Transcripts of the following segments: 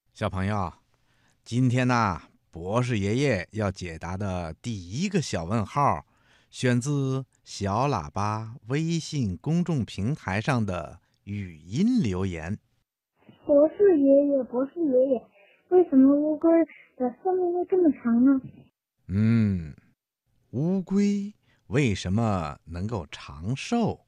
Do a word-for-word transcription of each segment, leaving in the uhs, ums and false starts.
小朋友，今天呢，博士爷爷要解答的第一个小问号，选自小喇叭微信公众平台上的语音留言。 博士爷爷，博士爷爷，为什么乌龟的寿命会这么长呢？ 嗯，乌龟为什么能够长寿？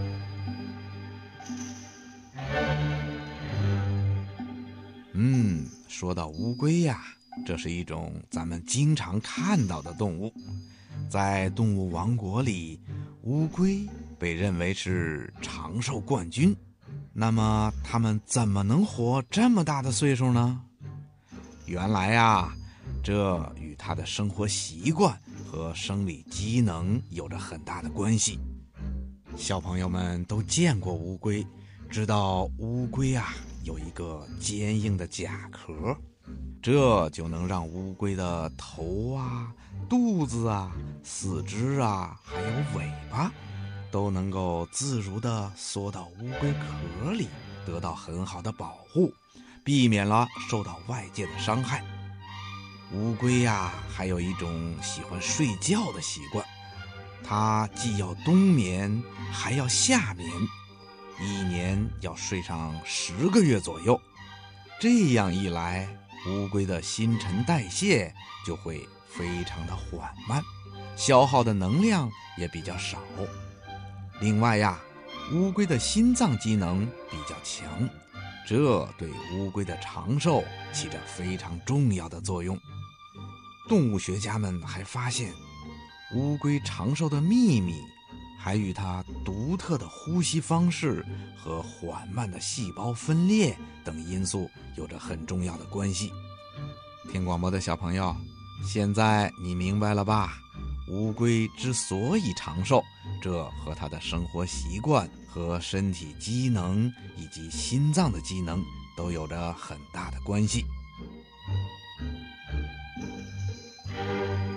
嗯，说到乌龟呀，这是一种咱们经常看到的动物。在动物王国里，乌龟被认为是长寿冠军。那么它们怎么能活这么大的岁数呢？原来啊，这与它的生活习惯和生理机能有着很大的关系。小朋友们都见过乌龟，知道乌龟啊有一个坚硬的甲壳，这就能让乌龟的头啊、肚子啊、四肢啊，还有尾巴，都能够自如地缩到乌龟壳里，得到很好的保护，避免了受到外界的伤害。乌龟呀，还有一种喜欢睡觉的习惯，它既要冬眠，还要夏眠，一年要睡上十个月左右。这样一来，乌龟的新陈代谢就会非常的缓慢，消耗的能量也比较少。另外呀，乌龟的心脏机能比较强，这对乌龟的长寿起着非常重要的作用。动物学家们还发现，乌龟长寿的秘密还与它独特的呼吸方式和缓慢的细胞分裂等因素有着很重要的关系。听广播的小朋友，现在你明白了吧？乌龟之所以长寿，这和它的生活习惯和身体机能以及心脏的机能都有着很大的关系。